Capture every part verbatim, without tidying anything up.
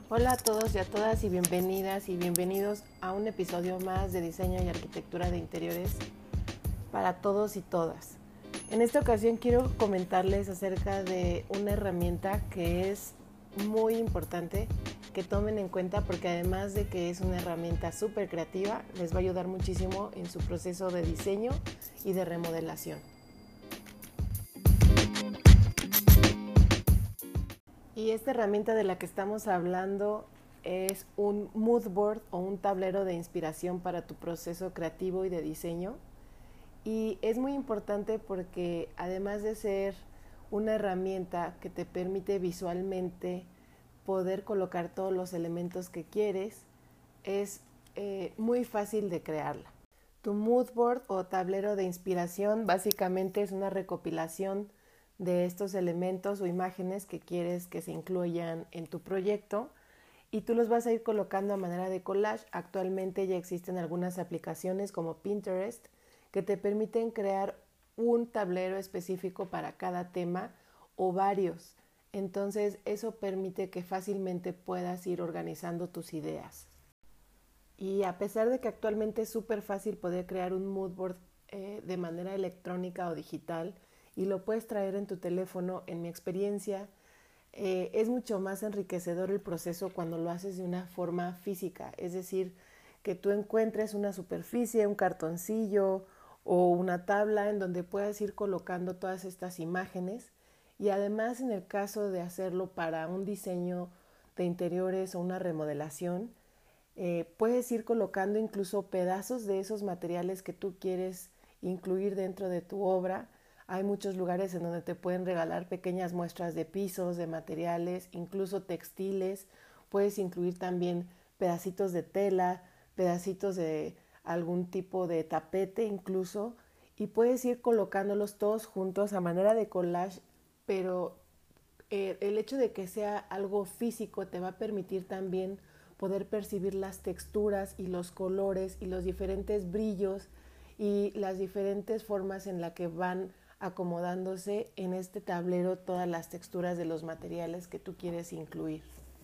Hola a todos y a todas y bienvenidas y bienvenidos a un episodio más de Diseño y Arquitectura de Interiores para todos y todas. En esta ocasión quiero comentarles acerca de una herramienta que es muy importante que tomen en cuenta porque además de que es una herramienta súper creativa, les va a ayudar muchísimo en su proceso de diseño y de remodelación. Y esta herramienta de la que estamos hablando es un mood board o un tablero de inspiración para tu proceso creativo y de diseño. Y es muy importante porque además de ser una herramienta que te permite visualmente poder colocar todos los elementos que quieres, es eh, muy fácil de crearla. Tu mood board o tablero de inspiración básicamente es una recopilación de estos elementos o imágenes que quieres que se incluyan en tu proyecto y tú los vas a ir colocando a manera de collage. Actualmente ya existen algunas aplicaciones como Pinterest que te permiten crear un tablero específico para cada tema o varios. Entonces eso permite que fácilmente puedas ir organizando tus ideas. Y a pesar de que actualmente es súper fácil poder crear un mood board eh, de manera electrónica o digital y lo puedes traer en tu teléfono, en mi experiencia, eh, es mucho más enriquecedor el proceso cuando lo haces de una forma física. Es decir, que tú encuentres una superficie, un cartoncillo o una tabla en donde puedas ir colocando todas estas imágenes y además en el caso de hacerlo para un diseño de interiores o una remodelación, Eh, puedes ir colocando incluso pedazos de esos materiales que tú quieres incluir dentro de tu obra. Hay muchos lugares en donde te pueden regalar pequeñas muestras de pisos, de materiales, incluso textiles. Puedes incluir también pedacitos de tela, pedacitos de algún tipo de tapete incluso, y puedes ir colocándolos todos juntos a manera de collage, pero eh, el hecho de que sea algo físico te va a permitir también poder percibir las texturas y los colores y los diferentes brillos y las diferentes formas en las que van acomodándose en este tablero todas las texturas de los materiales que tú quieres incluir.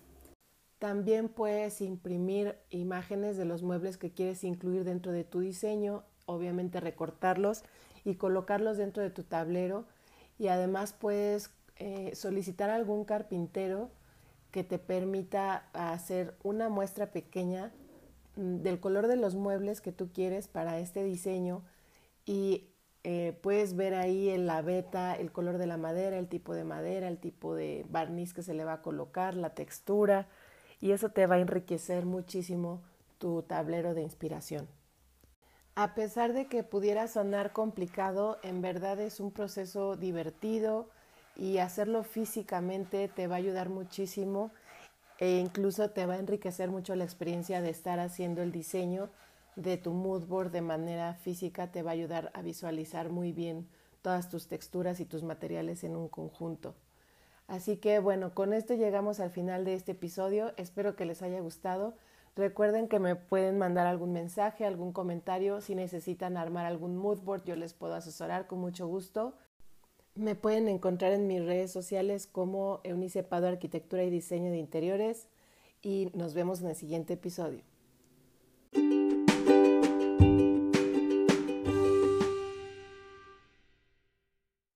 También puedes imprimir imágenes de los muebles que quieres incluir dentro de tu diseño, obviamente recortarlos y colocarlos dentro de tu tablero, y además puedes eh, solicitar a algún carpintero que te permita hacer una muestra pequeña del color de los muebles que tú quieres para este diseño y eh, puedes ver ahí en la veta el color de la madera, el tipo de madera, el tipo de barniz que se le va a colocar, la textura, y eso te va a enriquecer muchísimo tu tablero de inspiración. A pesar de que pudiera sonar complicado, en verdad es un proceso divertido y hacerlo físicamente te va a ayudar muchísimo e incluso te va a enriquecer mucho la experiencia de estar haciendo el diseño de tu mood board de manera física. Te va a ayudar a visualizar muy bien todas tus texturas y tus materiales en un conjunto. Así que bueno, con esto llegamos al final de este episodio. Espero que les haya gustado. Recuerden que me pueden mandar algún mensaje, algún comentario. Si necesitan armar algún mood board, yo les puedo asesorar con mucho gusto. Me pueden encontrar en mis redes sociales como Eunice Pado Arquitectura y Diseño de Interiores y nos vemos en el siguiente episodio.